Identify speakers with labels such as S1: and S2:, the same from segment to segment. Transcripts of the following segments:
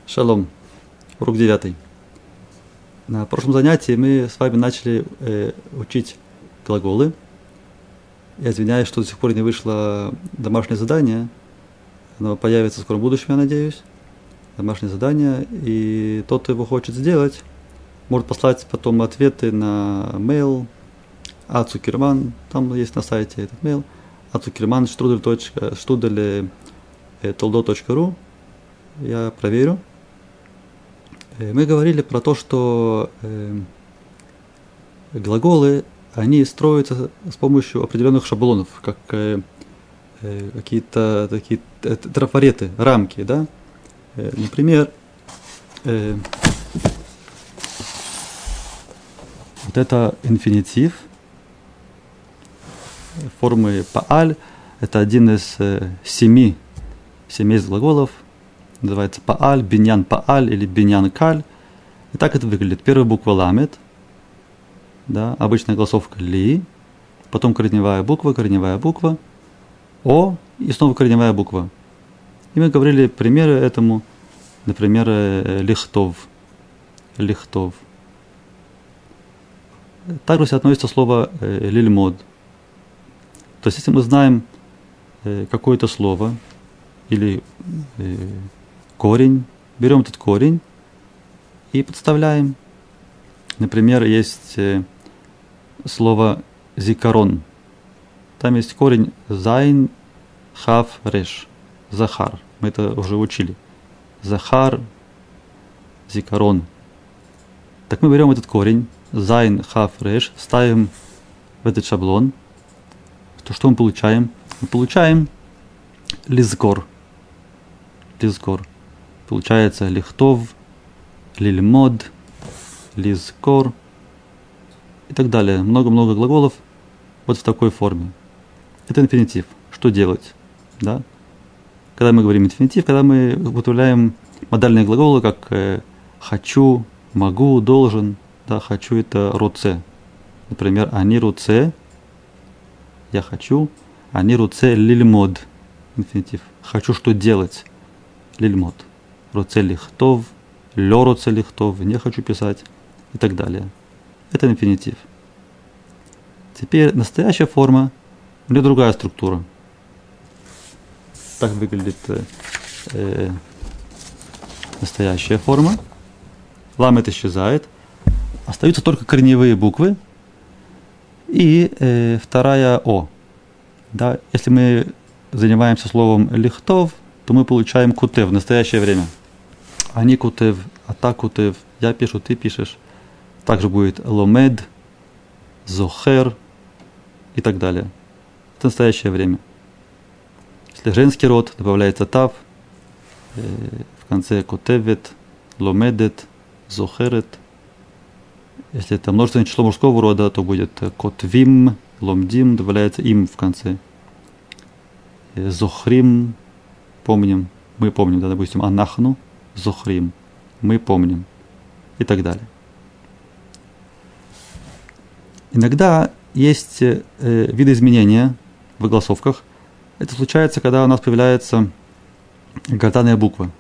S1: Шалом. Урок 9. На прошлом занятии мы с вами начали учить глаголы. Я извиняюсь, что до сих пор не вышло домашнее задание. Оно появится в скором будущем, я надеюсь. Домашнее задание. И тот, кто его хочет сделать, может послать потом ответы на mail ацукерман. Там есть на сайте этот mail. ацукерман@штудель.толдо.ру. Я проверю. Мы говорили про то, что глаголы, они строятся с помощью определенных шаблонов, как какие-то такие трафареты, рамки, да? Например, вот это инфинитив формы пааль, это один из семейств глаголов. Называется пааль, биньян пааль или биньян каль. И так это выглядит. Первая буква ламет, да, обычная голосовка ли, потом корневая буква, о и снова корневая буква. И мы говорили примеры этому, например, лихтов. Также относится слово лильмод. То есть, если мы знаем какое-то слово или корень, берем этот корень и подставляем. Например, есть слово зикарон. Там есть корень зайн, хав, реш. Захар. Мы это уже учили. Захар, зикарон. Так мы берем этот корень, зайн, хав, реш, ставим в этот шаблон. То что мы получаем? Мы получаем лизкор. Получается лихтов, лильмод, лизкор и так далее. Много-много глаголов вот в такой форме. Это инфинитив. Что делать? Да? Когда мы говорим инфинитив, когда мы употребляем модальные глаголы, как хочу, могу, должен. Да, хочу это руце. Например, ани руце, я хочу, ани руце лильмод. Инфинитив. Хочу что делать? Лильмод. Руце лихтов, лё руце лихтов, не хочу писать и так далее. Это инфинитив. Теперь настоящая форма, у нее другая структура. Так выглядит настоящая форма. Ламет исчезает. Остаются только корневые буквы и вторая о. Да, если мы занимаемся словом лихтов, то мы получаем кутев в настоящее время. Они кутев, а та кутев, я пишу, ты пишешь. Также будет ломед, зохер и так далее. Это настоящее время. Если женский род, добавляется тав, в конце кутевет, ломедет, зохерет. Если это множественное число мужского рода, то будет котвим, ломдим, добавляется им в конце. Зохрим, помним, мы помним, да, допустим, анахну, зохрим, мы помним и так далее. Иногда есть видоизменения в голосовках. Это случается, когда у нас появляется гортанная буква.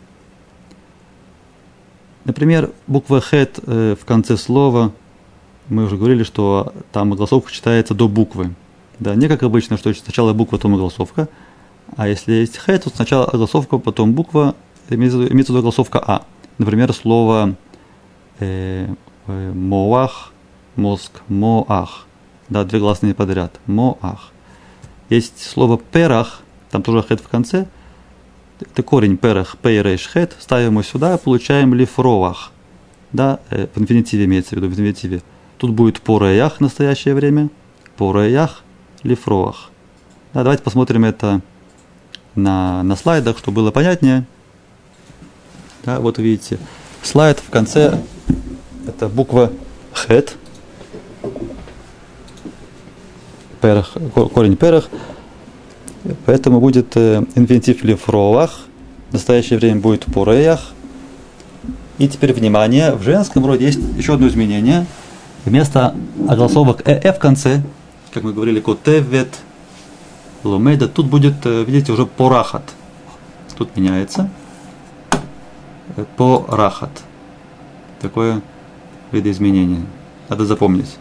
S1: Например, буква хет в конце слова, мы уже говорили, что там голосовка читается до буквы. Да, не как обычно, что сначала буква, потом голосовка. А если есть хет, то сначала голосовка, потом буква, имеется в виду голосовка а. Например, слово моах, мозг, моах. Да, две гласные подряд. Моах. Есть слово перах, там тоже хет в конце. Это корень перах, пейрейш хет. Ставим его сюда, получаем лифровах. Да, в инфинитиве имеется в виду, в инфинитиве. Тут будет пореях в настоящее время. Пореях, лифровах. Да, давайте посмотрим это на слайдах, чтобы было понятнее. Да, вот видите, слайд в конце, это буква хет, перах, корень перах, поэтому будет инфинитив лифровах, в настоящее время будет пореях. И теперь внимание, в женском роде есть еще одно изменение. Вместо огласовок в конце, как мы говорили, котевет, ломеда, тут будет, видите, уже порахат. Тут меняется. по рахат. Такое видоизменение. Надо запомнить.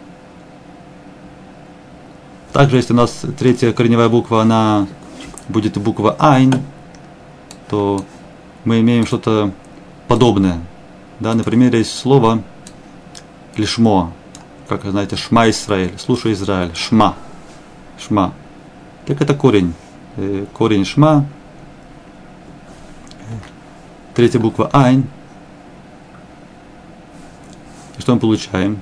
S1: Также, если у нас третья корневая буква, она будет буква айн, то мы имеем что-то подобное. Да, например, есть слово лишмо, как вы знаете, шма Исраэль, слушай Израиль, шма, шма. Так это корень, корень шма, третья буква айн. И что мы получаем?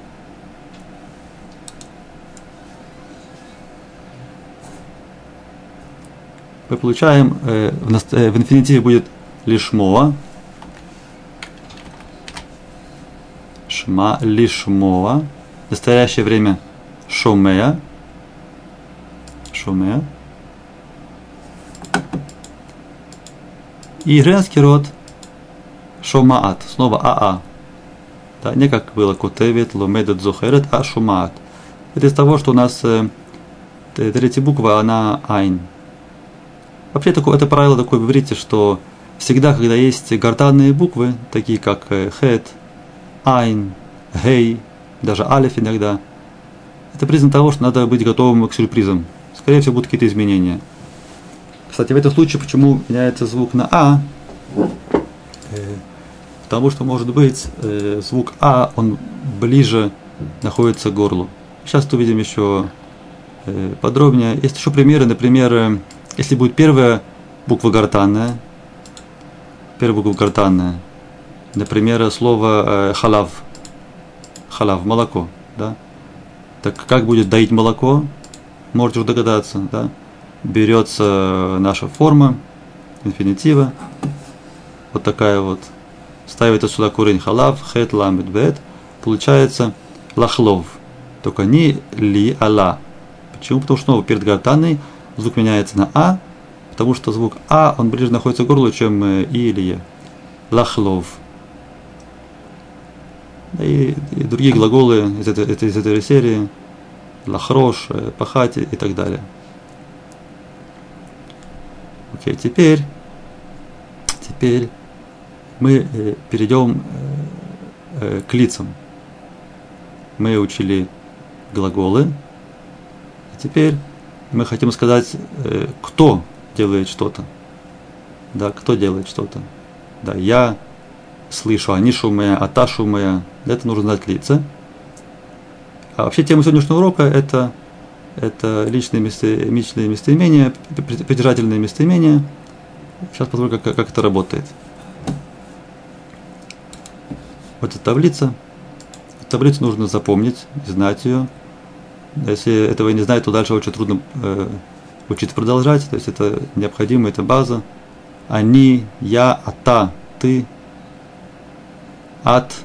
S1: Мы получаем, в инфинитиве будет лишмоа, шма лишмоа, в настоящее время шомея, шомея, и женский род шомаат, снова аа, да, не как было котевит, ломедет, зухерет, а шомаат. Это из того, что у нас третья буква, она айн. Вообще это правило такое в иврите, что всегда, когда есть гортанные буквы, такие как хет, айн, гей, даже алиф иногда, это признак того, что надо быть готовым к сюрпризам. Скорее всего, будут какие-то изменения. Кстати, в этом случае, почему меняется звук на а? Потому что, может быть, звук а, он ближе находится к горлу. Сейчас увидим еще подробнее. Есть еще примеры, например, если будет первая буква гортанная, например, слово халав, халав, молоко, да? Так как будет доить молоко, можете уже догадаться, да? Берется наша форма инфинитива, вот такая вот, ставится сюда корень халав, хет, ламет, бет, получается лахлов, только не ли, а ла. Почему? Потому что снова перед гортанной звук меняется на а, потому что звук а, он ближе находится к горлу, чем и или е. Лахлов. И другие глаголы из этой серии. Лахрош, пахать и так далее. Окей, теперь мы перейдем к лицам. Мы учили глаголы. А теперь мы хотим сказать, кто делает что-то. Да, кто делает что-то. Да, я слышу, они шумые, а та шумая. Для этого нужно знать лица. А вообще тема сегодняшнего урока это личные местоимения, притяжательные местоимения. Сейчас посмотрим, как это работает. Вот эта таблица. Таблицу нужно запомнить, знать ее. Если этого не знать, то дальше очень трудно учиться продолжать. То есть это необходимо, это база. Они, я, ата, ты, ат.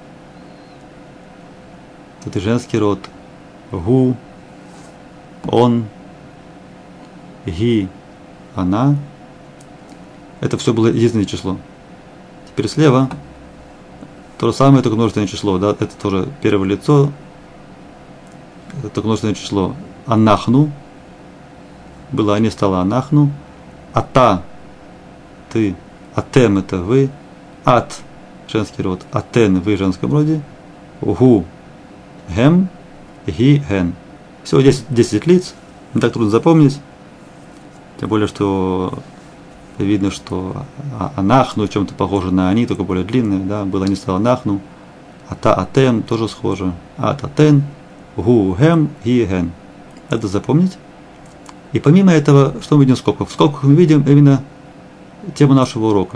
S1: Это женский род. Гу, он, ги, она. Это все было единственное число. Теперь слева то же самое, только множественное число. Да? Это тоже первое лицо. Это множественное число. Анахну. Было они, стало анахну. Ата, ты. Атем, это вы. Ат, женский род. Атен, вы в женском роде. Гу, гем, ги, ген. Всего 10 лиц. Не так трудно запомнить. Тем более, что видно, что анахну чем-то похоже на они, только более длинное. Да? Было они, стало анахну. Ата, атем, тоже схоже. Ат, атен. Гу, гем, ги, ген. Это запомнить. И помимо этого, что мы видим в скобках? В скобках мы видим именно тему нашего урока.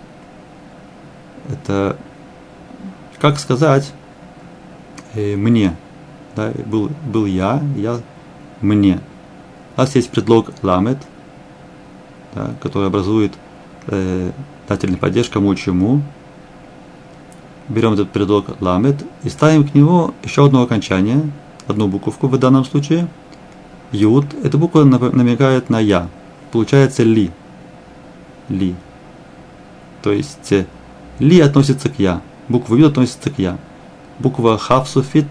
S1: Это как сказать мне. Да? Был я мне. У нас есть предлог ламет, да, который образует дательный падеж кому чему. Берем этот предлог ламет и ставим к нему еще одно окончание, одну буковку в данном случае. Юд. Эта буква намекает на я. Получается ли. Ли. То есть ли относится к я. Буква Юд относится к я. Буква Хав суфит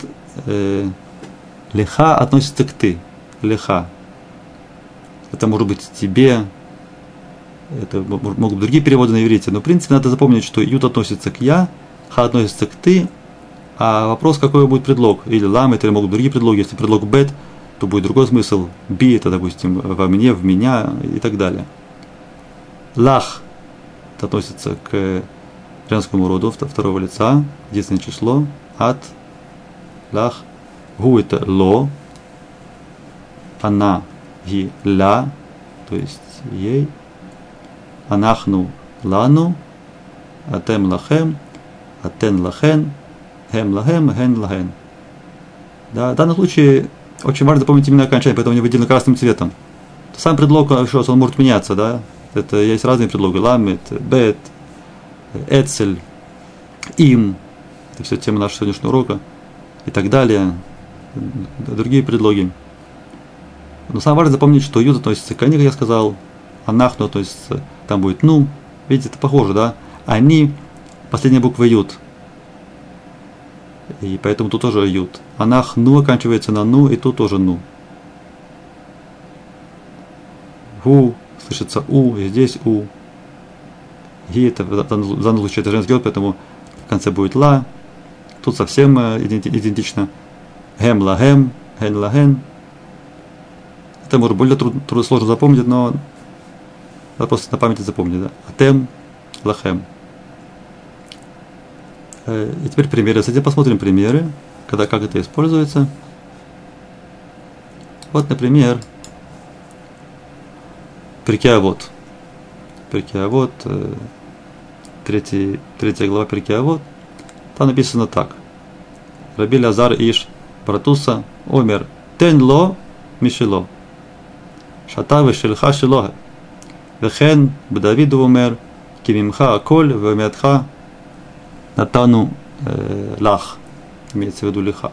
S1: леха относится к ты. Леха. Это может быть тебе. Это могут быть другие переводы на иврите, но в принципе надо запомнить, что ют относится к я, ха относится к ты, а вопрос, какой будет предлог, или ламет, или могут быть другие предлоги. Если предлог бет, то будет другой смысл, би, это, допустим, во мне, в меня и так далее. Лах это относится к женскому роду второго лица, единственное число, ат, лах, гу это ло, она, ги, ля, то есть ей, анахну, лану, атем лахем, атен лахен, хем лахем, хен лахен. Да, в данном случае очень важно запомнить именно окончание, поэтому они выделены красным цветом. Сам предлог, еще раз, он может меняться, да? Это есть разные предлоги. Ламет, бет, эцель, им. Это все тема нашего сегодняшнего урока. И так далее. Другие предлоги. Но самое важное запомнить, что ют относится к они, как я сказал. Анахну относится, там будет ну. Видите, это похоже, да? Они, последняя буква ют. И поэтому тут тоже ют. Анахну оканчивается на ну, и тут тоже ну. Гу, слышится у, и здесь у. Ги, это в данном случае это женский род, поэтому в конце будет ла. Тут совсем идентично. Хем лагем, хен лаген. Это может более трудно сложно запомнить, но надо просто на памяти запомнить, да. Атем, лахем. И теперь примеры. Кстати, посмотрим примеры, как это используется. Вот, например, Перкей Авот. Перкей Авот, третья глава Перкей Авот. Там написано так. Раби Лазар иш Братуса омер тен ло мишело. Шата вешельха шело. Вехен б'Давиду омер кимимха аколь вемятха натану лах. Имеется в виду лиха.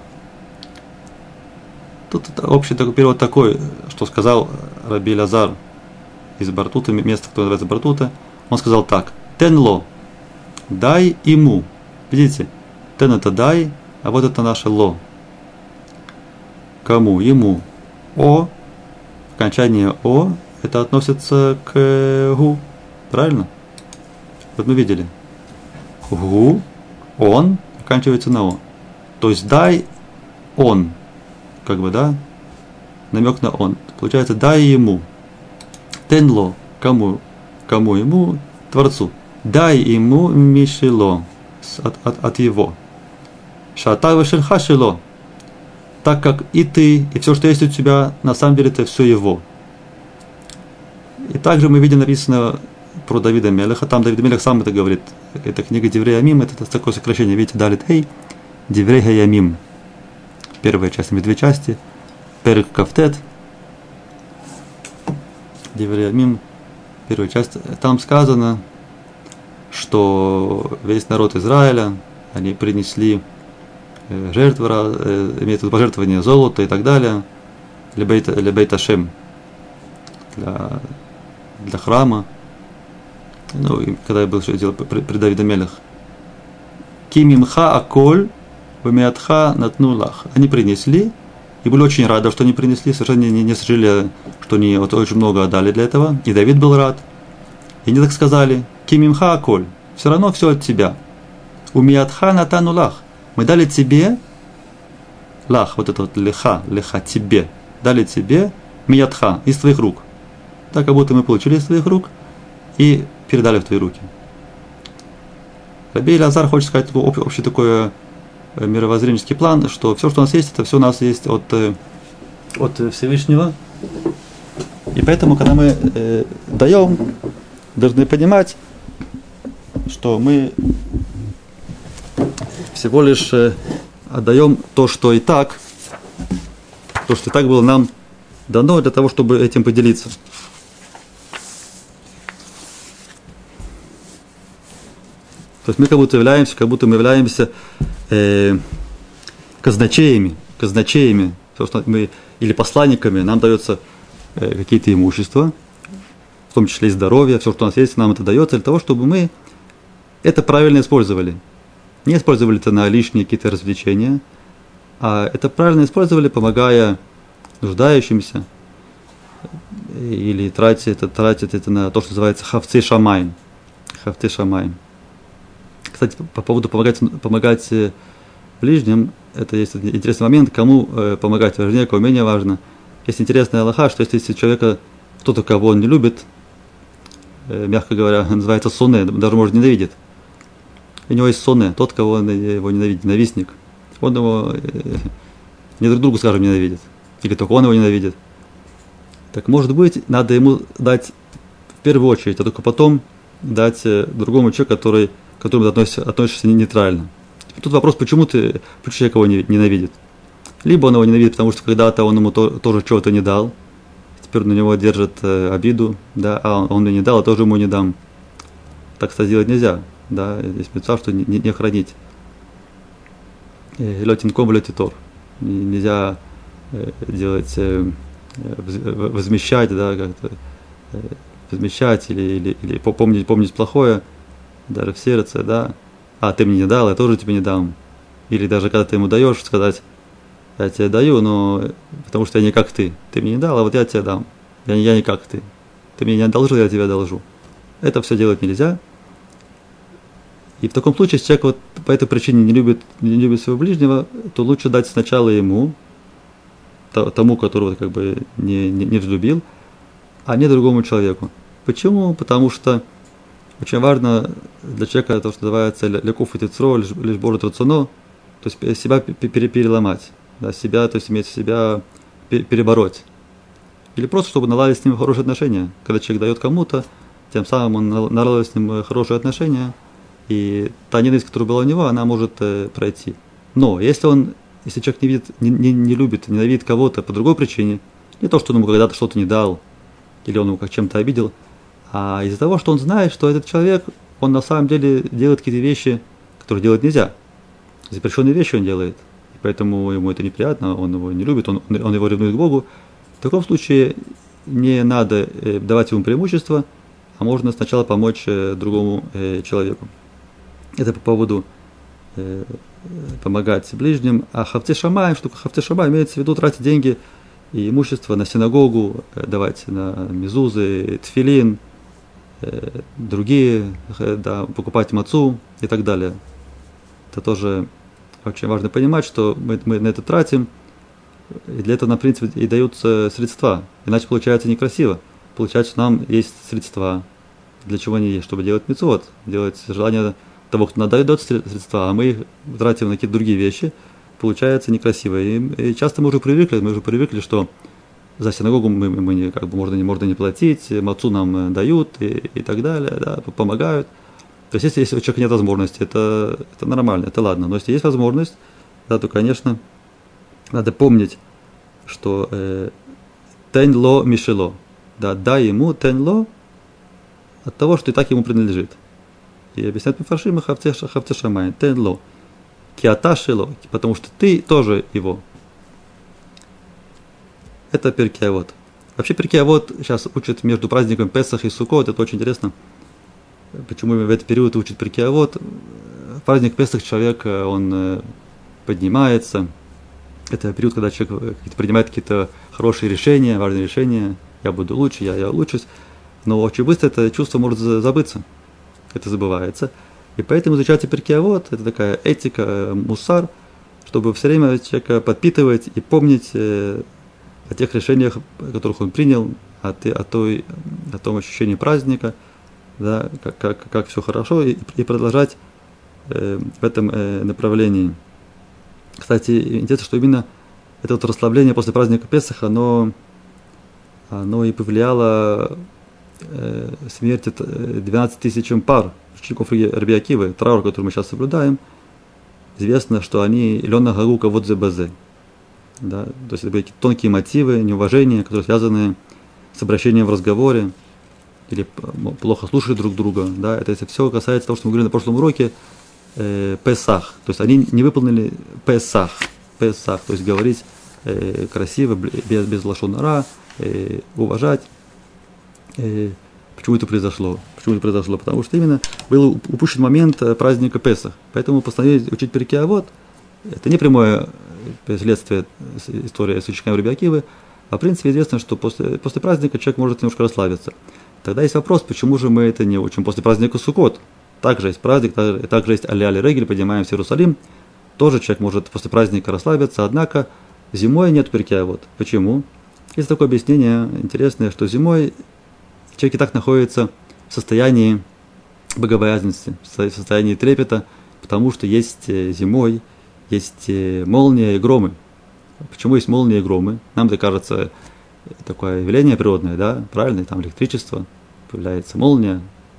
S1: Тут общий перевод такой, что сказал Раби Лазар из Бартута, место, которое называется Бартута. Он сказал так. Тен ло. Дай ему. Видите? Тен это дай, а вот это наше ло. Кому? Ему. О. Окончание о. Это относится к гу. Правильно? Вот мы видели. Гу. Он. Оканчивается на о. То есть дай он. Как бы, да? Намек на он. Получается дай ему. Тенло. Кому? Кому ему? Творцу. Дай ему мишело. От его. Шата вешельха шело. Так как и ты, и все, что есть у тебя, на самом деле это все его. И также мы видим написано про Давида Мелеха. Там Давид Мелех сам это говорит. Это книга Деврей Амим. Это такое сокращение. Видите, Далит Эй. Деврей Амим. Первая часть, две части. Перек Кафтет. Деврей Амим. Первая часть. Там сказано, что весь народ Израиля, они принесли жертвы, имеется в виду пожертвование золота и так далее, лебейт Ашем, для храма. Ну, и когда я был дело при Давиде Мелех. Кимимха аколь вемятха натнулах. Они принесли и были очень рады, что они принесли, совершенно не сожалели, что они вот очень много отдали для этого. И Давид был рад. И они так сказали: Кимимха аколь. Все равно все от тебя. Умиятха натанулах. Мы дали тебе, лах, вот это вот леха тебе, дали тебе миятха, из твоих рук. Так, как будто мы получили из твоих рук и передали в твои руки. Раби Лазар хочет сказать общий такой мировоззренческий план, что все, что у нас есть, это все у нас есть от Всевышнего. И поэтому, когда мы даем, должны понимать, что мы всего лишь отдаем то, что и так было нам дано для того, чтобы этим поделиться. То есть мы как будто мы являемся казначеями, то, что мы, или посланниками, нам дается какие-то имущества, в том числе и здоровье, все, что у нас есть, нам это дается для того, чтобы мы это правильно использовали. Не использовали это на лишние какие-то развлечения, а это правильно использовали, помогая нуждающимся, или тратит это на то, что называется хавцей шамайн. Хавцей шамайн. Кстати, по поводу помогать ближним, это есть интересный момент, кому помогать важнее, кому менее важно. Есть интересная алаха, что если человека кто-то, кого он не любит, мягко говоря, называется соне, даже может ненавидит. У него есть соне, тот, кого он его ненавидит, ненавистник. Он его не друг другу, скажем, ненавидит. Или только он его ненавидит. Так может быть, надо ему дать в первую очередь, а только потом дать другому человеку, к которому ты относишься нейтрально. Тут вопрос, почему человек его ненавидит. Либо он его ненавидит, потому что когда-то он ему тоже чего-то не дал, теперь на него держит обиду, да, а он мне не дал, а тоже ему не дам. Так, кстати, делать нельзя, да, есть мецва, что не хранить. Летинком летитор. Нельзя делать, возмещать, да, как-то возмещать или помнить плохое, даже в сердце, да. А ты мне не дал, я тоже тебе не дам. Или даже когда ты ему даешь, сказать, я тебе даю, но потому что я не как ты. Ты мне не дал, а вот я тебе дам. Я не как ты. Ты мне не одолжил, я тебе одолжу. Это все делать нельзя. И в таком случае, если человек вот по этой причине не любит своего ближнего, то лучше дать сначала ему, тому, которого как бы не взлюбил, а не другому человеку. Почему? Потому что очень важно для человека то, что называется лекуф и тицро, лишь божий рацино, то есть себя переломать, да, себя, то есть иметь себя перебороть. Или просто, чтобы наладить с ним хорошие отношения. Когда человек дает кому-то, тем самым он наладит с ним хорошие отношения, и та ненависть, которая была у него, она может пройти. Но если человек не любит, ненавидит кого-то по другой причине, не то, что он ему когда-то что-то не дал, или он его как чем-то обидел, а из-за того, что он знает, что этот человек, он на самом деле делает какие-то вещи, которые делать нельзя. Запрещенные вещи он делает, и поэтому ему это неприятно, он его не любит, он его ревнует к Богу. В таком случае не надо давать ему преимущество, а можно сначала помочь другому человеку. Это по поводу помогать ближним. А хавцей шамай, что хавцей шамай имеется в виду тратить деньги и имущество на синагогу, давать на мезузы, тфилин, другие, да, покупать мацу и так далее. Это тоже очень важно понимать, что мы на это тратим, и для этого нам, в принципе, и даются средства. Иначе получается некрасиво. Получается, что нам есть средства. Для чего они есть? Чтобы делать мицвот, делать желание того, кто нам дает средства, а мы их тратим на какие-то другие вещи. Получается некрасиво. И часто мы уже привыкли, что за синагогу мы не, как бы можно не платить, мацу нам дают и так далее, да, помогают. То есть, если у человека нет возможности, это нормально, это ладно. Но если есть возможность, да, то, конечно, надо помнить, что тень ло мишело, да, дай ему тень ло от того, что и так ему принадлежит. И объясняет Мефаршим хавцей шамай, тень ло, киата шело, потому что ты тоже его. Это Перкей Авот. Вообще Перкей Авот сейчас учат между праздником Песах и Суккот, это очень интересно. Почему в этот период учат Перкей Авот? В праздник Песах человек, он поднимается. Это период, когда человек принимает какие-то хорошие решения, важные решения. Я буду лучше, я улучшусь. Но очень быстро это чувство может забыться. Это забывается. И поэтому изучается Перкей Авот. Это такая этика, мусар, чтобы все время человека подпитывать и помнить о тех решениях, которых он принял, о том ощущении праздника, да, как все хорошо, и продолжать в этом направлении. Кстати, интересно, что именно это вот расслабление после праздника Песах, оно и повлияло смерти 12 тысячам пар учеников Раби Акивы, траур, который мы сейчас соблюдаем. Известно, что они лёна гарука вот зе базе. Да, то есть это были какие-то тонкие мотивы, неуважения, которые связаны с обращением в разговоре, или плохо слушать друг друга. Да, это все касается того, что мы говорили на прошлом уроке, Песах. То есть они не выполнили Песах, то есть говорить красиво, без лашон ара, уважать. Почему это произошло? Потому что именно был упущен момент праздника Песах. Поэтому постановили учить Перкей Авот. Это не прямое следствие истории с учениками Раби Акивы, А в принципе известно, что после праздника человек может немножко расслабиться. Тогда есть вопрос, почему же мы это не учим после праздника Суккот? Также есть праздник, также есть Аль-Регель, поднимаемся в Иерусалим. Тоже человек может после праздника расслабиться, однако зимой нет Перкей Авот. Почему? Есть такое объяснение интересное, что зимой человек и так находится в состоянии богобоязненности, в состоянии трепета, потому что есть зимой, есть молния и громы. Почему есть молния и громы? Нам это кажется такое явление природное, да, правильно, там электричество, появляется молния,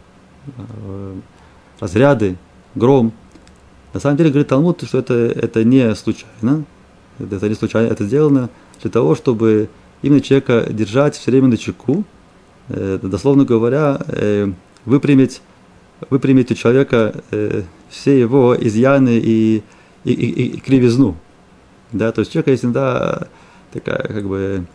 S1: разряды, гром. На самом деле, говорит Талмуд, что это не случайно, это сделано для того, чтобы именно человека держать все время на чеку, дословно говоря, выпрямить у человека все его изъяны и кривизну. Да, то есть у человека есть иногда такая, как бы,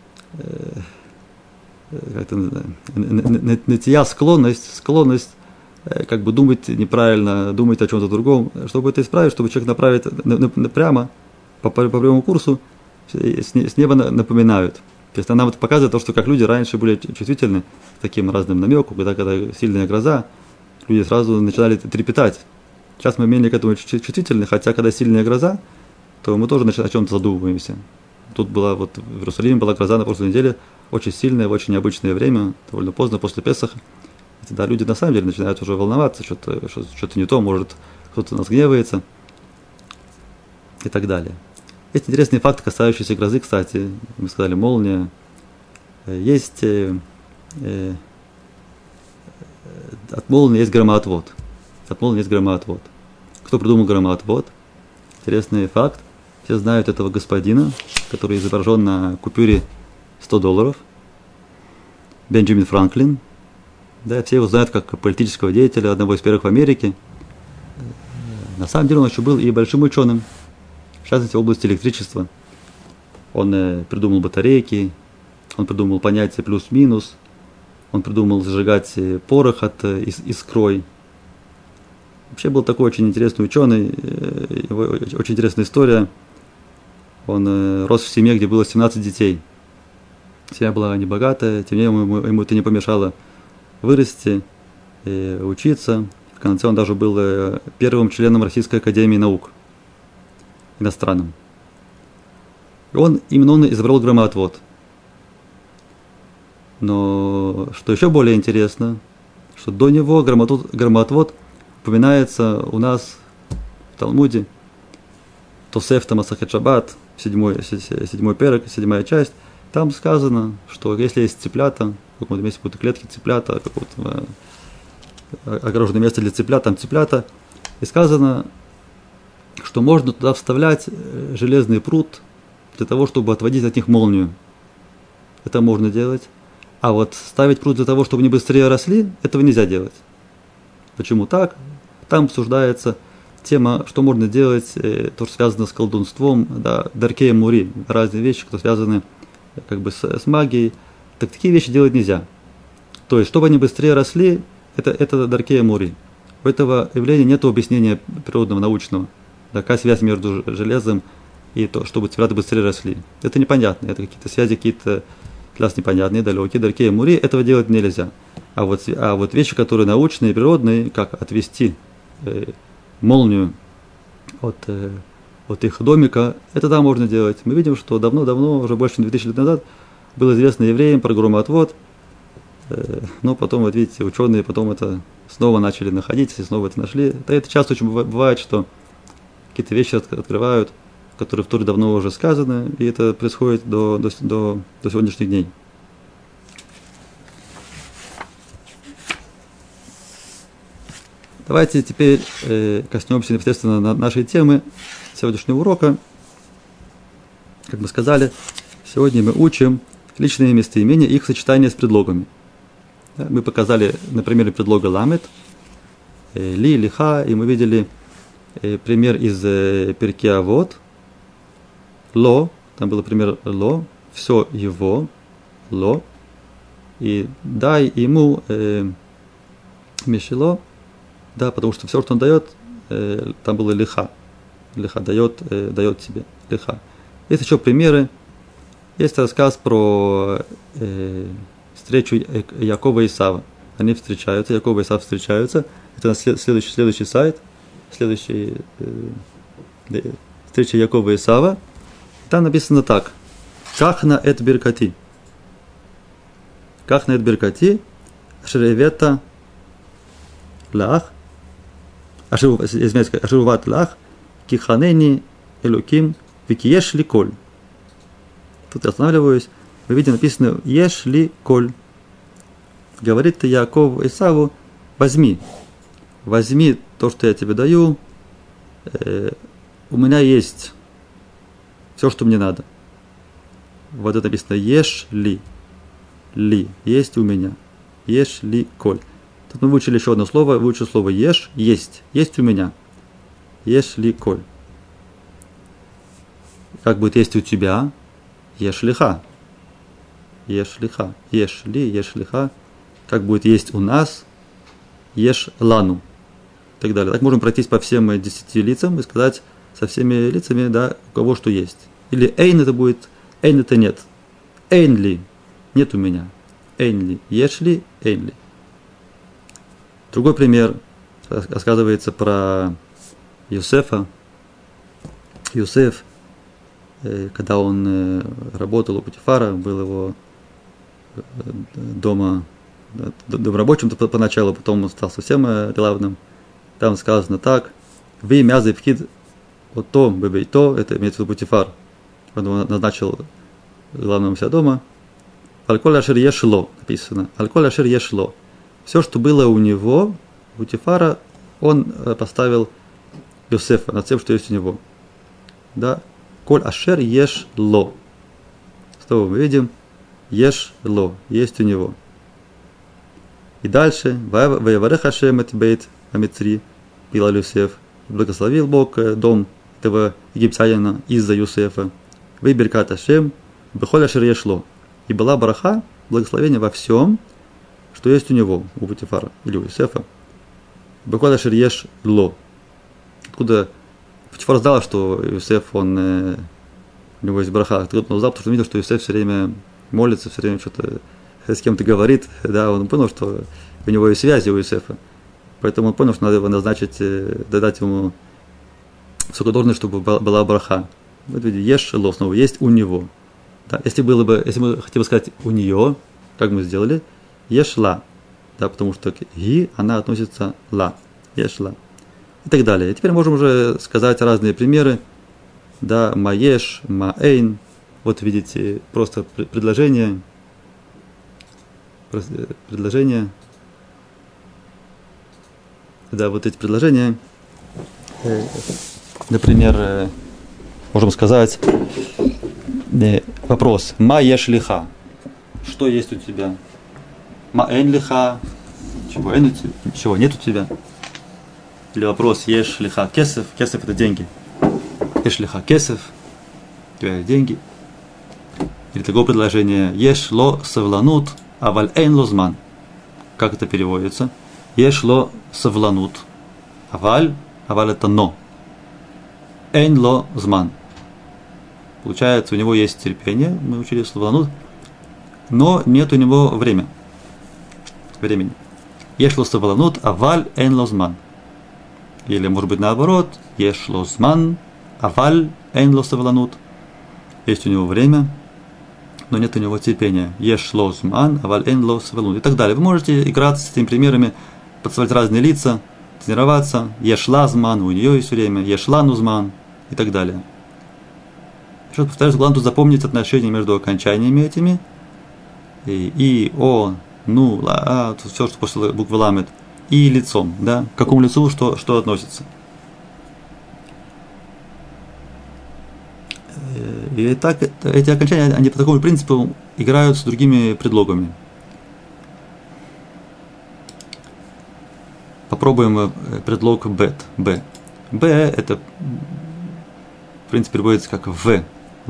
S1: нытья, склонность как бы думать неправильно, думать о чем-то другом. Чтобы это исправить, чтобы человек направить прямо, по прямому курсу, с неба напоминают. То есть нам это показывает то, что как люди раньше были чувствительны к таким разным намекам, когда сильная гроза, люди сразу начинали трепетать. Сейчас мы менее к этому чувствительны, хотя когда сильная гроза, то мы тоже о чем-то задумываемся. Тут была в Иерусалиме была гроза на прошлой неделе, очень сильное, в очень необычное время, довольно поздно, после Песаха. И тогда люди на самом деле начинают уже волноваться, что-то не то, может кто-то нас гневается и так далее. Есть интересный факт, касающийся грозы, кстати, мы сказали молния. Есть от молнии есть громоотвод. От молнии есть громоотвод. Кто придумал громоотвод? Интересный факт. Все знают этого господина, который изображен на купюре $100. Бенджамин Франклин. Да, все его знают как политического деятеля, одного из первых в Америке. На самом деле он еще был и большим ученым, в частности в области электричества. Он придумал батарейки, он придумал понятие плюс-минус, он придумал зажигать порох от искрой. Вообще был такой очень интересный ученый, его очень интересная история. Он рос в семье, где было 17 детей. Семья была небогатая, тем не менее ему это не помешало вырасти, учиться. В конце он даже был первым членом Российской академии наук, иностранным. И именно он изобрел громоотвод. Но что еще более интересно, что до него громоотвод упоминается у нас в Талмуде, Тосефта Масахет Шаббат, 7 перек, 7 часть. Там сказано, что если есть цыплята, в каком-то месте будут клетки цыплята, какое-то огороженное место для цыплят, там цыплята, и сказано, что можно туда вставлять железный пруд для того, чтобы отводить от них молнию. Это можно делать. А вот ставить пруд для того, чтобы они быстрее росли, этого нельзя делать. Почему так? Там обсуждается тема, что можно делать, то, что связано с колдунством, да, даркей мури, разные вещи, которые связаны как бы с магией. Так такие вещи делать нельзя. То есть, чтобы они быстрее росли, это даркей мури. У этого явления нет объяснения природного, научного. Да, какая связь между железом и то, чтобы цыплята быстрее росли. Это непонятно, это какие-то связи, какие-то для нас непонятные, далекие. Даркей мури, этого делать нельзя. А вот вещи, которые научные и природные, как отвести молнию от их домика, это да, можно делать. Мы видим, что давно, уже больше 2000 лет назад, было известно евреям про громоотвод, но потом, вот видите, ученые потом это снова начали находить, и снова это нашли. Да, это часто очень бывает, что какие-то вещи открывают, которые в Торе давно уже сказаны, и это происходит до сегодняшних дней. Давайте теперь коснемся непосредственно нашей темы сегодняшнего урока. Как мы сказали, сегодня мы учим личные местоимения и их сочетание с предлогами. Мы показали на примере предлога ламет, ли, лиха, и мы видели пример из Перкей Авот, ло, там был пример ло, все его, ло, и дай ему мешело, да, потому что все, что он дает, там было лиха. Лиха дает тебе, лиха. Есть еще примеры Есть рассказ про встречу Якова и Исава. Они встречаются, Яков и Исав встречаются. Это следующий сайт, встреча Якова и Исава. Там написано так. Кахна эт биркати. Кахна эт биркати. Ашеревета лах. Ашеруват лах. Киханени элуким. Викиеш ли коль. Тут я останавливаюсь. Вы видите, написано «Еш ли коль». Говорит Яков Исаву: возьми то, что я тебе даю. У меня есть все, что мне надо. Вот это написано «Еш ли». Ли. Есть у меня. Еш ли коль. Тут мы выучили еще одно слово. Выучили слово «еш». Есть. Есть у меня. Еш ли коль. Как будет «есть у тебя»? Еш лиха. Еш лиха. Еш ли, еш лиха. Как будет «есть у нас»? Еш лану. И так далее. Так можем пройтись по всем 10 лицам и сказать со всеми лицами, да, у кого что есть. Или эйн это будет, эйн это нет. Эйн ли. Нет у меня. Эйн ли. Еш ли, эйн ли. Другой пример рассказывается про Юсефа. Юсеф, когда он работал у Путифара, был его дома домрабочим поначалу, потом он стал совсем главным. Там сказано так: «Вы мязы вкид ото бебейто», это имеется в виду Путифар, он его назначил главным вся дома. «Аль-коль ашер ешло», написано. «Аль-коль ашер ешло». Все, что было у него, у Путифара, он поставил Юсефа над тем, что есть у него. Да? «Коль ашер ешло». Что мы видим? Ешло. Есть у него. И дальше. «Ваяварех Ашем эт бейт амитри», пил Юсеф. Благословил Бог дом этого египтянина из-за Юсефа. «Выберкат Ашем, бехоль ашер ешло». И была браха, благословение во всем, что есть у него, у Путифара или у Юсефа. «Бехоль ашер ешло». Откуда Путифар знал, что Юсеф, у него есть браха. Откуда он знал, потому что он видел, что Юсеф все время молится, все время что-то с кем-то говорит. Да, он понял, что у него есть связи у Юсефа. Поэтому он понял, что надо его назначить, дать ему высокую должность, чтобы была браха. Вот видите, еш ло снова есть у него. Да, если мы хотели сказать у нее, как мы сделали, ешла. Да, потому что к ги она относится ла. Ешла. И так далее. И теперь можем уже сказать разные примеры. Да, маеш, маэйн. Вот видите, просто предложение. Да, вот эти предложения. Например, можем сказать вопрос. Маеш лиха. Что есть у тебя? Маэйн лиха. Чего нет у тебя? Или вопрос, еш лиха кесев. Кесев это деньги. Еш лиха кесев. У тебя есть деньги. Или такое предложение. Еш ло савланут, аваль эйн ло зман. Как это переводится? Еш ло савланут. Аваль это но. Эйн ло зман. Получается, у него есть терпение, мы учили савланут, но нет у него времени. Еш ло савланут, аваль эйн ло зман. Или, может быть, наоборот, еш ло зман, аваль эйн ло савланут. Есть у него время, но нет у него терпения. Еш ло зман, аваль эйн ло савланут. И так далее. Вы можете играться с этими примерами, подставлять разные лица, тренироваться. Еш ла зман, у нее есть время. Еш ла ну зман и так далее. Еще повторяю, главное тут запомнить отношения между окончаниями этими. И, о, ну, ла, все, что после буквы ламет. И лицом, да, к какому лицу что относится. И так, эти окончания, они по такому принципу играют с другими предлогами. Попробуем предлог бет, б. Б это, в принципе, переводится как в.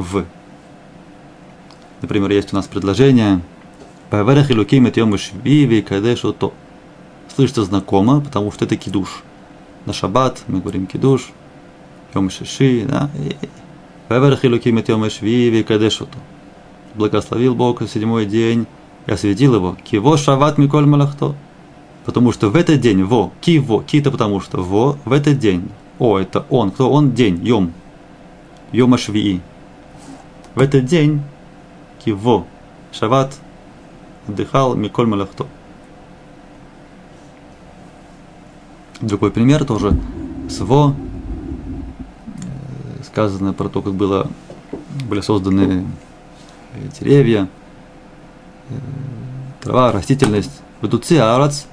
S1: Например, есть у нас предложение «Баварах илуким эт йом шви кадеш ото». Слышится знакомо, потому что это кидуш. На шаббат мы говорим кидуш, йом шиши, да. «Ваварах илуким эт йом шви кадеш ото». благословил Бог 7-й день и осветил его. Киво шават миколь малахто. Потому что в этот день, ки-то потому что, в этот день, это он, кто он? День, йом ашвии. В этот день, киво, шават, отдыхал миколь малахто. Другой пример тоже с сказано про то, как были созданы деревья, трава, растительность. Ведуци арац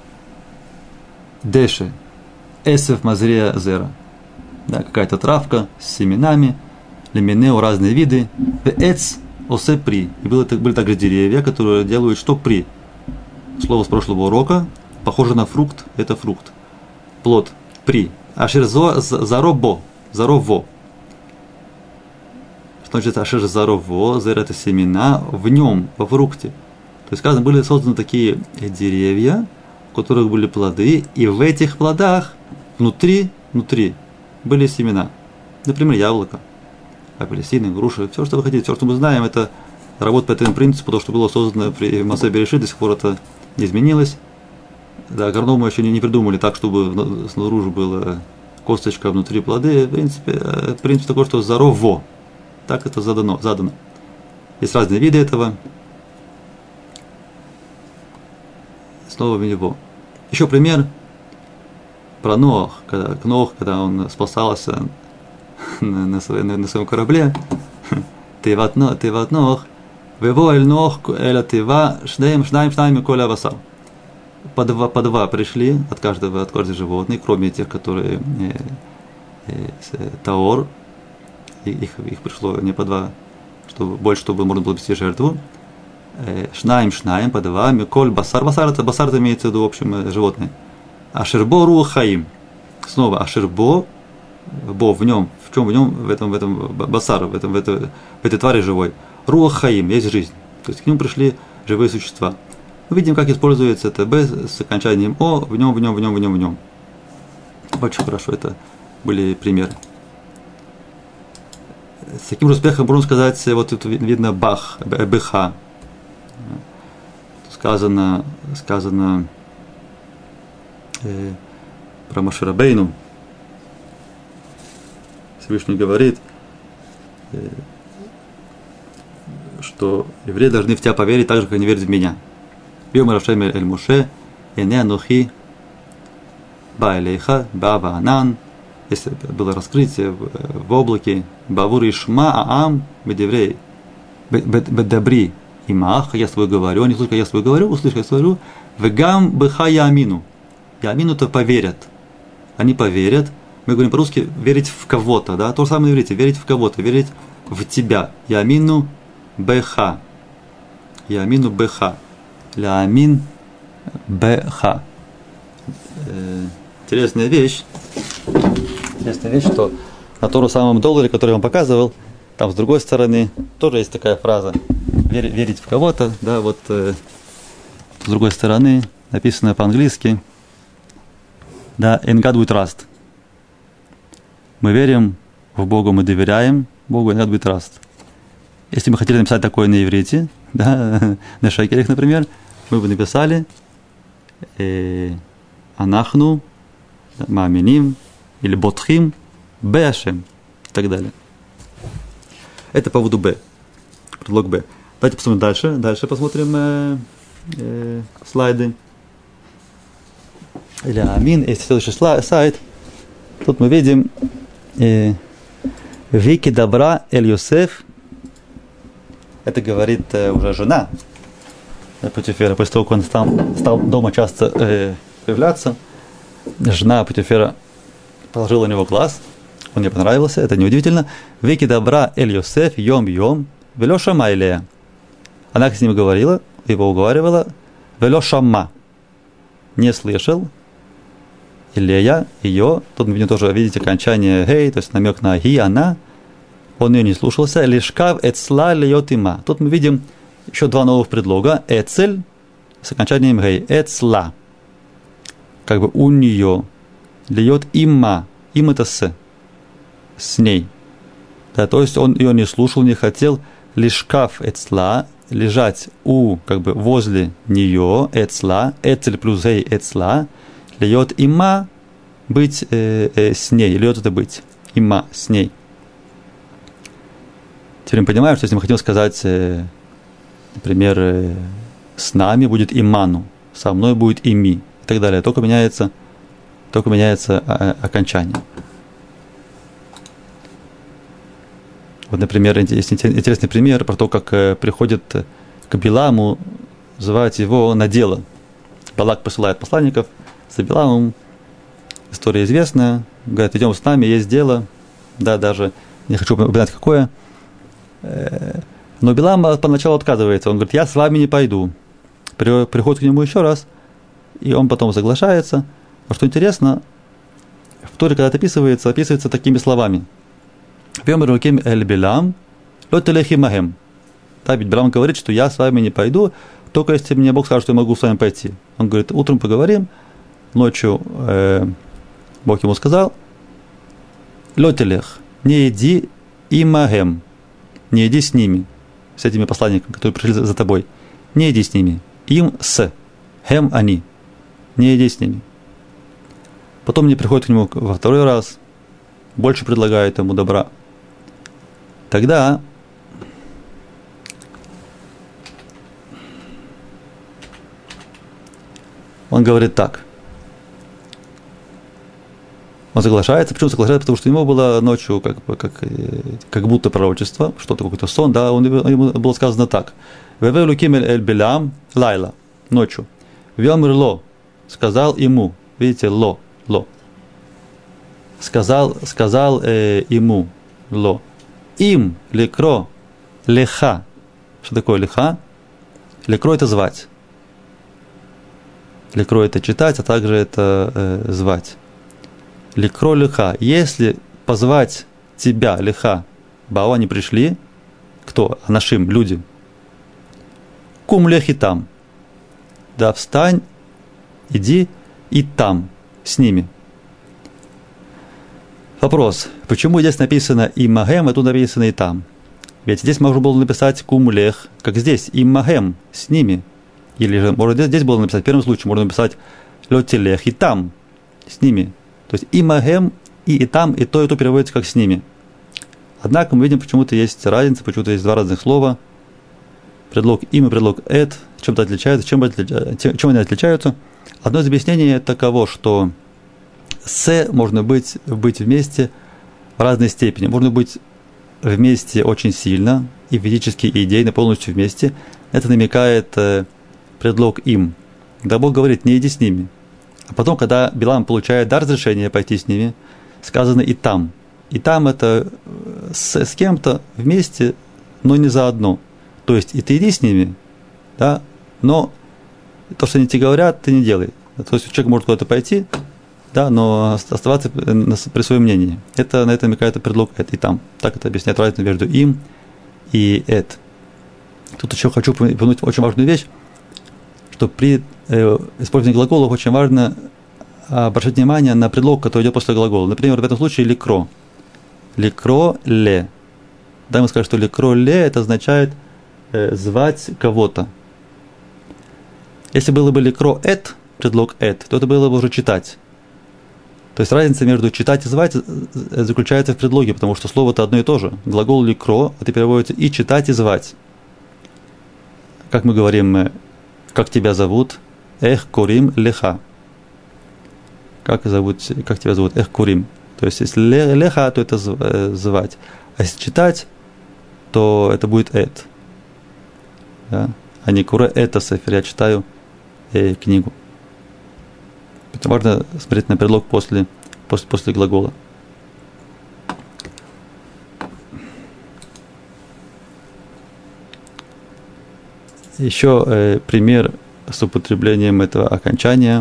S1: деши эсеф мазрея зера. Да, какая-то травка с семенами, леменео, разные виды. Эц осе при. И были также деревья, которые делают что при. Слово с прошлого урока похоже на фрукт, это фрукт. Плод при. Ашир заробо. Зарово. Что значит ашир зарово? Зер это семена в нем, во фрукте. То есть, сказано, были созданы такие деревья, у которых были плоды, и в этих плодах внутри были семена. Например, яблоко, апельсины, груши, все, что вы хотите, все, что мы знаем, это работа по этому принципу, то, что было создано при Маасе Берешит, до сих пор это не изменилось. Да, агрономы еще не придумали так, чтобы снаружи была косточка, внутри плоды. В принципе, принцип такой, что зарово. Так это задано. Есть разные виды этого. Снова в него. Еще пример про Ноах, когда он спасался на своем корабле. Теват Ноах, вево эль Ноах эля тева шнаим коля васал. По два пришли от каждого животных, кроме тех, которые таор. Их пришло не по два, чтобы можно было вести жертву. Шнаим, по два, миколь, басар. Басар это имеется в виду, в общем, животные. Аширбо руах хаим. Снова аширбо, в нем, в этом басар, в этой твари живой. Руах хаим, есть жизнь. То есть к нему пришли живые существа. Мы видим, как используется это Б с окончанием О, в нем. Очень хорошо, это были примеры. С таким же успехом можно сказать, вот тут видно бах, бх. Сказано про Моше Рабейну. Всевышний говорит, что евреи должны в тебя поверить так же, как они верят в меня. Йом Рашем эль Моше, эне анохи ба элейха, ба анан. Если было раскрытие в облаке, бавур ишма аам бедеврей, бедабри имах, я свой говорю, они слышат, я свой говорю, услышат, я свой говорю, вегам бха яамину. Яамину-то поверят. Они поверят. Мы говорим по-русски верить в кого-то, да? То же самое на иврите, верить в кого-то, верить в тебя. Яамину бха. Яамину бха. Ляамин бха. Интересная вещь, что на том же самом долларе, который я вам показывал, там с другой стороны тоже есть такая фраза верить в кого-то, да, вот с другой стороны написано по-английски, да, in God we trust. Мы верим в Бога, мы доверяем Богу, in God we trust. Если бы хотели написать такое на иврите, да, на шекелях, например, мы бы написали анахну мааминим или ботхим б ашем и так далее. Это по поводу б, предлог б. Давайте посмотрим дальше. Дальше посмотрим слайды. Или амин. Есть следующий сайт. Тут мы видим Вики добра эль Йосеф. Это говорит уже жена Путифера, после того, как он стал дома часто появляться. Жена Путифера положила на него глаз, он ей понравился, это неудивительно. Вики добра эль Йосеф, йом, велё шама илея. Она с ним говорила, его уговаривала, велё шама, не слышал, илея, ее, тут мы тоже видите окончание гей, то есть намек на ги, она, он ее не слушался, лишкав эцла льет има. Тут мы видим еще два новых предлога, эцель, с окончанием гей, эцла. Как бы у нее льет имма, им это с ней. Да, то есть он ее не слушал, не хотел, лишкав эцла, лежать возле нее, эцла, эцель плюс гей эцла, льет има, быть с ней, льет это быть, има, с ней. Теперь мы понимаем, что если мы хотим сказать, например, с нами будет иману, со мной будет ими и так далее, только меняется окончание. Вот, например, есть интересный пример про то, как приходит к Биламу звать его на дело. Балак посылает посланников за Биламом. История известная. Говорит, идем с нами, есть дело. Да, даже не хочу упоминать, какое. Но Билам поначалу отказывается. Он говорит, я с вами не пойду. Приходит к нему еще раз, и он потом соглашается. А что интересно, в Торе, когда это описывается такими словами. «Вёмер руким эль Билам, ло телехи махем». Да, ведь Билам говорит, что я с вами не пойду, только если мне Бог скажет, что я могу с вами пойти. Он говорит, утром поговорим, ночью Бог ему сказал, «Ло телех, не иди имахем, не иди с ними, с этими посланниками, которые пришли за тобой, не иди с ними, им с, хем они, не иди с ними». Потом не приходит к нему во второй раз, больше предлагает ему добра. Тогда он говорит так. Он соглашается. Почему соглашается? Потому что ему было ночью как будто пророчество, что-то, какой-то сон, да, ему было сказано так. «Веве луким эль Билам лайла», ночью. «Вёмер ло», сказал ему, видите, ло. Сказал ему, ло. Им лекро леха. Что такое леха? Лекро это звать. Лекро это читать, а также это звать. Лекро леха. Если позвать тебя, леха, бао, они пришли. Кто? Анашим, люди. Кум лехи там. Да, встань, иди и там, с ними. Вопрос, почему здесь написано имагем, а тут написано и там? Ведь здесь можно было написать кумлех, как здесь, имагем, с ними. Или же, может, здесь было написать, в первом случае можно написать лотелех, и там, с ними. То есть имагем, и там, и то переводится как с ними. Однако мы видим, почему-то есть разница, почему-то есть два разных слова. Предлог им и предлог эт чем-то отличаются. Чем они отличаются? Одно из объяснений таково, что с можно быть вместе в разной степени. Можно быть вместе очень сильно, и физически, и идейно, полностью вместе. Это намекает предлог им. Когда Бог говорит, не иди с ними. А потом, когда Билам получает разрешение пойти с ними, сказано и там. И там это с кем-то вместе, но не заодно. То есть и ты иди с ними, да, но то, что они тебе говорят, ты не делай. То есть человек может куда-то пойти, да, но оставаться при своем мнении. На это намекает предлог «эт» и «там». Так это объясняет разницу между «им» и «эт». Тут еще хочу упомянуть очень важную вещь, что при использовании глаголов очень важно обращать внимание на предлог, который идет после глагола. Например, в этом случае «ликро». «Ликро ле». Да, мы скажем, что «ликро ле» это означает звать кого-то. Если было бы «ликро эт», предлог «эт», то это было бы уже «читать». То есть разница между читать и звать заключается в предлоге, потому что слово-то одно и то же. Глагол ликро, это переводится и читать, и звать. Как мы говорим, как тебя зовут? Эх курим леха. Как тебя зовут? Эх курим. То есть если леха, то это звать. А если читать, то это будет эт. Да? А не куре это сефер, я читаю книгу. Это важно смотреть на предлог после глагола. Еще пример с употреблением этого окончания.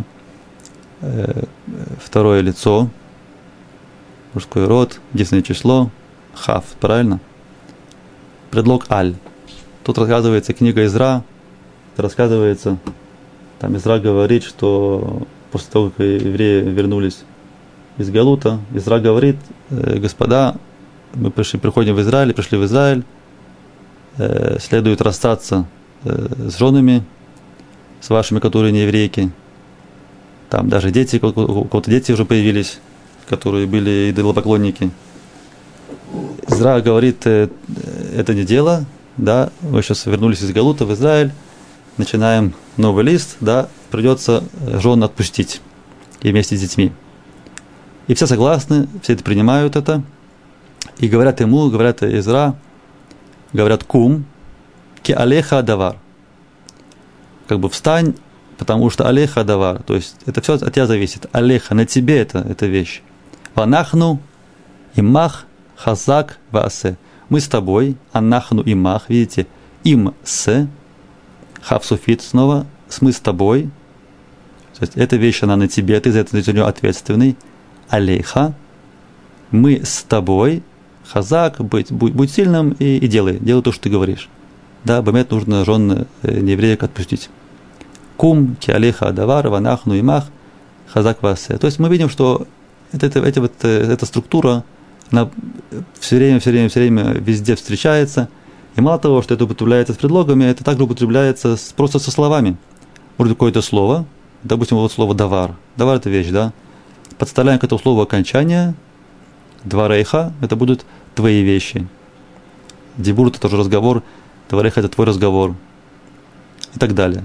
S1: Второе лицо, мужской род, единственное число, хав, правильно? Предлог аль. Тут рассказывается книга Изра, рассказывается, там Изра говорит, что после того, как евреи вернулись из Галута, Изра говорит, господа, мы пришли в Израиль, следует расстаться с женами, с вашими, которые не еврейки. Там даже дети, у кого-то дети уже появились, которые были идолопоклонники. Изра говорит, это не дело, да, мы сейчас вернулись из Галута в Израиль, начинаем новый лист, да, придется жен отпустить и вместе с детьми. И все согласны, все это принимают это, и говорят ему, говорят Изра, говорят кум, ки алеха давар, как бы встань, потому что алеха давар, то есть это все от тебя зависит, алеха, на тебе это вещь. Ванахну имах хазак ваасе. Мы с тобой, анахну имах, видите, им с, хавсуфит снова, мы с тобой, то есть эта вещь, она на тебе, ты за нее ответственный, алейха, мы с тобой, хазак, будь сильным и делай то, что ты говоришь. Да, бэмет нужно жен неевреек отпустить. Кум, ки алейха адавар, ванахну имах, хазак ваасе. То есть мы видим, что эта структура, она все время везде встречается. И мало того, что это употребляется с предлогами, это также употребляется просто со словами. Может какое-то слово, допустим, вот слово давар. Давар – это вещь, да? Подставляем к этому слову окончание. Дварейха – это будут твои вещи. Дибур – это тоже разговор. Дварейха – это твой разговор. И так далее.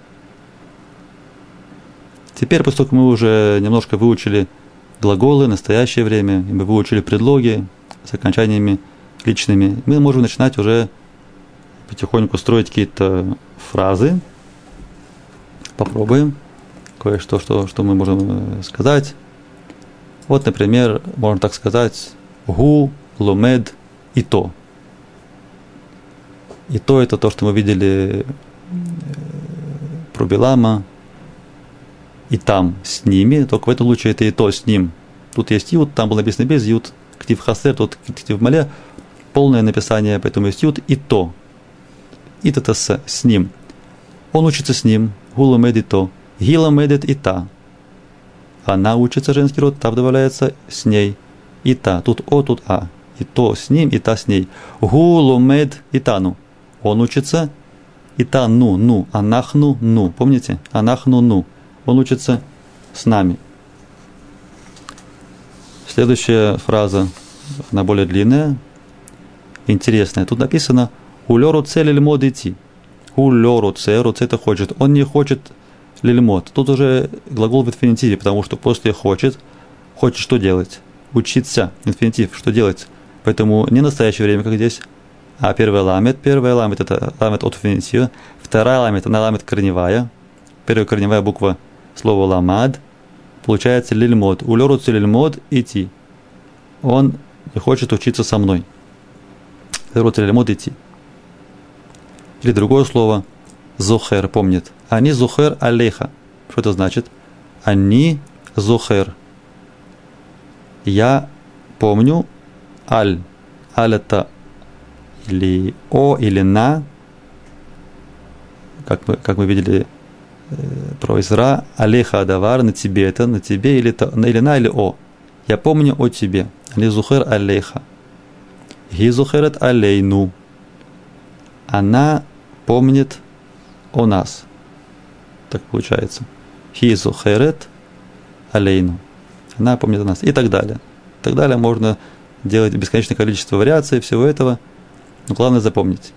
S1: Теперь, поскольку мы уже немножко выучили глаголы, настоящее время, и мы выучили предлоги с окончаниями личными, мы можем начинать уже потихоньку строить какие-то фразы. Попробуем кое-что, что мы можем сказать. Вот, например, можно так сказать, гу, ломед, и то. И то это то, что мы видели про Билама, и там с ними, только в этом случае это и то с ним. Тут есть ют, там было написано без ют, ктив хасер, тут ктив мале, полное написание, поэтому есть ют, и то. И это с ним. Он учится с ним, гула медит то, гила медит и та. Она учится, женский род, та добавляется с ней, и та. Тут о, тут а. И то с ним, и та с ней. Гулу мед и тану. Он учится, и та ну, анахну ну. Помните? Анахну ну. Он учится с нами. Следующая фраза, она более длинная, интересная. Тут написано «Улёру це лильмод идти». «Улёру це», «руце» это хочет. Он не хочет лильмод. Тут уже глагол в инфинитиве, потому что после хочет что делать? Учиться. Инфинитив, что делать? Поэтому не настоящее время, как здесь, а первая ламет это ламет от инфинитива. Вторая ламет, она ламет корневая. Первая корневая буква слова ламад, получается лильмод. Улёруцу лильмод идти. Он не хочет учиться со мной. Улёруцу лильмод идти. Или другое слово зохер, помнит. Они зохер алейха. Что это значит? Они зохер. Я помню аль. Аль это или о, или на. Как мы видели про Изра, алейха адавар, на тебе это, на тебе или на, или о. Я помню о тебе. Али зухер алейха. Ги зухерет алейну. Она помнит о нас. Так получается. Ги зухерет алейну. Она помнит о нас. И так далее. И так далее можно делать бесконечное количество вариаций всего этого. Но главное запомнить.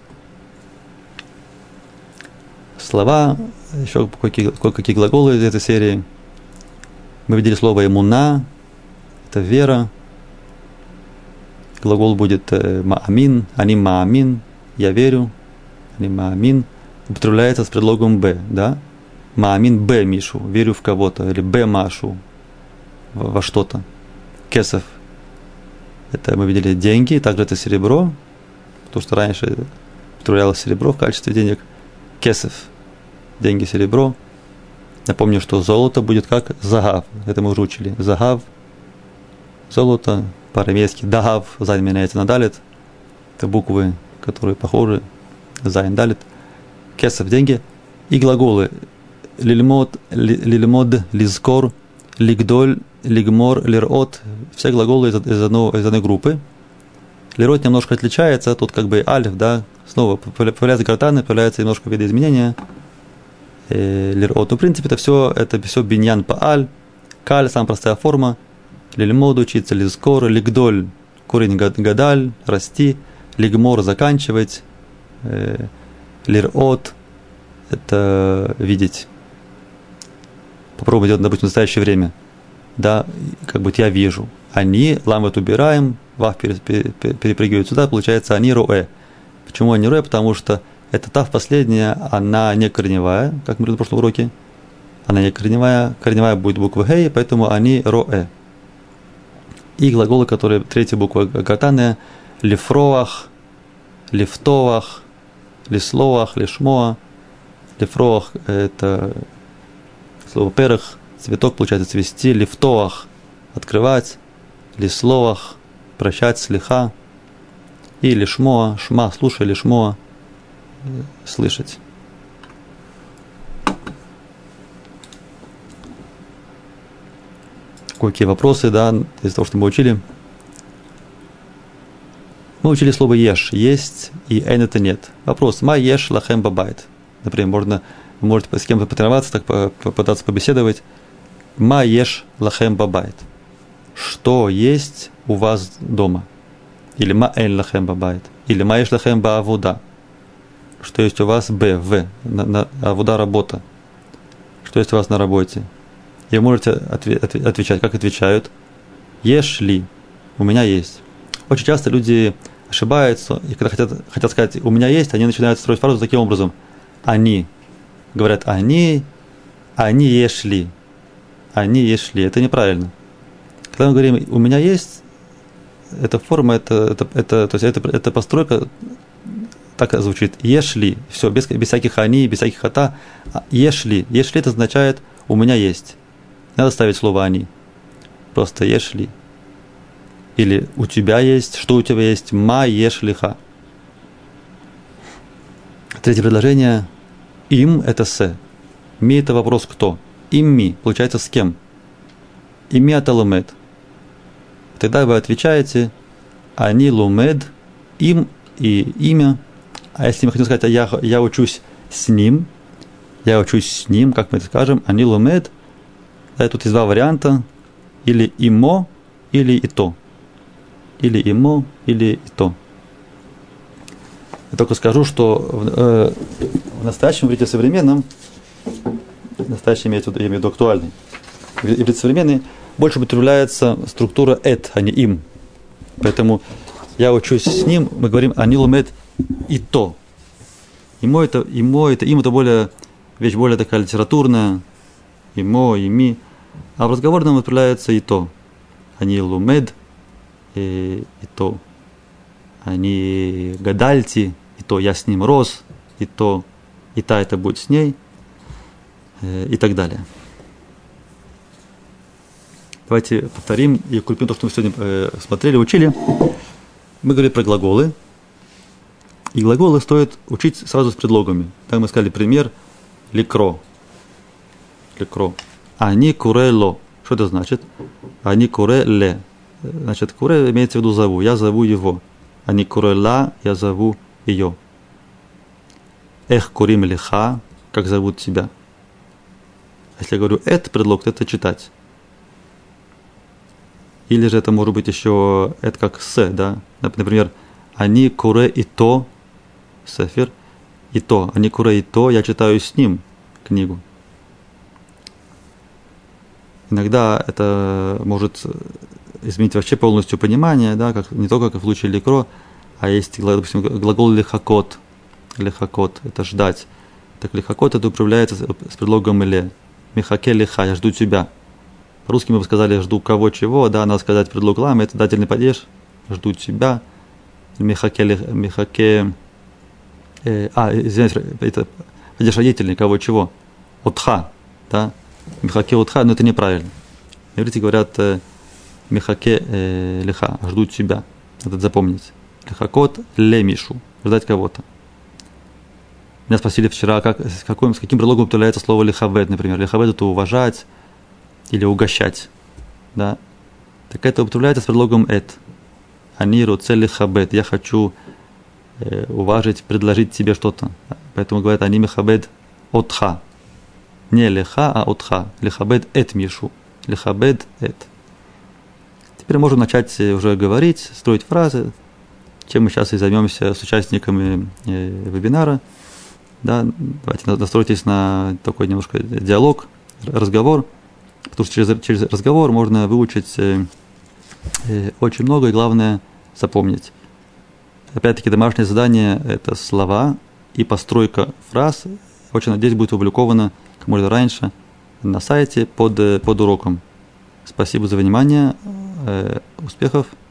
S1: Слова, еще кое-какие глаголы из этой серии. Мы видели слово «эмуна», это вера. Глагол будет «маамин», «они маамин», «я верю», «они маамин». Употребляется с предлогом «б», да? «Маамин б мишу», «верю в кого-то», или «б машу», во что-то. «Кесов» – это мы видели деньги, также это серебро, потому что раньше употреблялось серебро в качестве денег. Кесов. Деньги, серебро. Напомню, что золото будет как загав. Это мы уже учили. Загав. Золото. По-арамейски дагав. Зайн меняется на далит. Это буквы, которые похожи. Зайн далит. Кесов. Деньги. И глаголы. Лильмод, лизкор, лигдоль, лигмор, лирот. Все глаголы из одной группы. Лирот немножко отличается, тут как бы альф, да, снова появляются гортаны, появляются немножко видоизменения. Лирот. Но в принципе это все биньян пааль, каль, самая простая форма. Лильмод учиться, лизкор, лигдоль, корень гадаль, расти, лигмор заканчивать, лирот это видеть. Попробуй делать, допустим, в настоящее время. Да, как бы я вижу. Они, ламет убираем, вав перепрыгивают сюда, получается они роэ. Почему они роэ? Потому что эта тав последняя, она не корневая, как мы говорили в прошлом уроке. Она не корневая, корневая будет буква гей, поэтому они роэ. И глаголы, которые третья буква гортанная, лифроах, лифтовах, лислоах, лишмоа. Лифроах – это слово перых, цветок, получается, цвести. Лифтовах – открывать. Лислоах – прощать, слиха. И лишмоа, шма, слушай, лишмоа – слышать. Какие вопросы, да, из того, что мы учили? Мы учили слово еш, есть, и эн это нет. Вопрос, ма еш лахем бабайт. Например, вы можете с кем-то потренироваться, так попытаться побеседовать. Ма еш лахем бабайт. Что есть у вас дома? Или ма эн лахем бабайт. Или ма еш лахем баавуда. Что есть у вас авуда работа. Что есть у вас на работе? И вы можете отвечать, как отвечают. Еш ли? У меня есть. Очень часто люди ошибаются, и когда хотят сказать «у меня есть», они начинают строить фразу таким образом. Они. Говорят «они еш ли». Они еш ли. Это неправильно. Когда мы говорим «у меня есть», эта форма, эта постройка так звучит «еш ли». Все, без всяких «они», без всяких «ата». «Еш ли». «Еш ли» это означает «у меня есть». Не надо ставить слово «они». Просто «еш ли». Или «у тебя есть», «что у тебя есть», «ма еш лиха». Третье предложение. «Им» – это «се». «Ми» – это вопрос «кто». «Им-ми» – получается «с кем». «Ими» – это «лумед». Тогда вы отвечаете «они лумед», «им» и «имя». А если мы хотим сказать «я учусь с ним», как мы это скажем, «они лумед», да, тут есть два варианта. Или «имо», или «ито». Или «имо», или «ито». Я только скажу, что в настоящем иврите современном, настоящий имею в виду актуальный, иврит современный, больше употребляется структура «эт», а не «им». Поэтому я учусь с ним, мы говорим «они лумед ито». «Имо» это «им», это вещь более такая литературная, «имо», «ими». А в разговорном употребляется «ито». «Они лумед ито». Они гадальти, и то я с ним рос, и то и та это будет с ней, и так далее. Давайте повторим и укрепим то, что мы сегодня смотрели, учили. Мы говорили про глаголы, и глаголы стоит учить сразу с предлогами. Так мы сказали пример ликро. Ликро. Они курело. Что это значит? Они куреле. Значит, куре имеется в виду зову. Я зову его. Они курела, я зову ее. Эх курим лиха, как зовут тебя. Если я говорю это предлог, то это читать. Или же это может быть еще это как с, да. Например, они куре и то, сефер, и то. Они куре и то, я читаю с ним книгу. Иногда это может изменить вообще полностью понимание, да, как, не только как в случае ликро, а есть, допустим, глагол лихакот. Лихакот – это ждать. Так лихакот это управляется с предлогом ле. Михаке лиха, я жду тебя. По-русски мы бы сказали жду кого чего, да, надо сказать предлог лам, это дательный падеж, жду тебя. Михаке, извиняюсь, это падеж родительный, кого чего. Отха, да. Михаке отха, но это неправильно. На иврите говорят Михаке лиха, жду тебя. Надо запомнить. Лихакот лемишу, ждать кого-то. Меня спросили вчера, с каким предлогом употребляется слово лихавет, например. Лихавет это уважать или угощать. Да? Так это употребляется с предлогом эт. Ани роце лихабед. Я хочу уважить, предложить тебе что-то. Поэтому говорят ани михабед отха. Не леха, а отха. Лихабед эт мишу. Лихабед эт. Теперь можем начать уже говорить, строить фразы, чем мы сейчас и займемся с участниками вебинара. Да, давайте настройтесь на такой немножко диалог, разговор, потому что через разговор можно выучить очень много и, главное, запомнить. Опять-таки, домашнее задание – это слова и постройка фраз. Очень надеюсь, будет опубликовано как можно раньше на сайте под уроком. Спасибо за внимание, успехов!